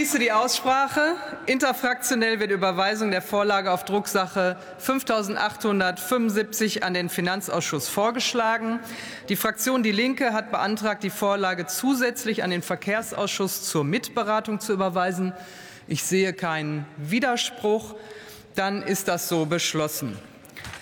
schließe die Aussprache. Interfraktionell wird Überweisung der Vorlage auf Drucksache 5875 an den Finanzausschuss vorgeschlagen. Die Fraktion Die Linke hat beantragt, die Vorlage zusätzlich an den Verkehrsausschuss zur Mitberatung zu überweisen. Ich sehe keinen Widerspruch. Dann ist das so beschlossen.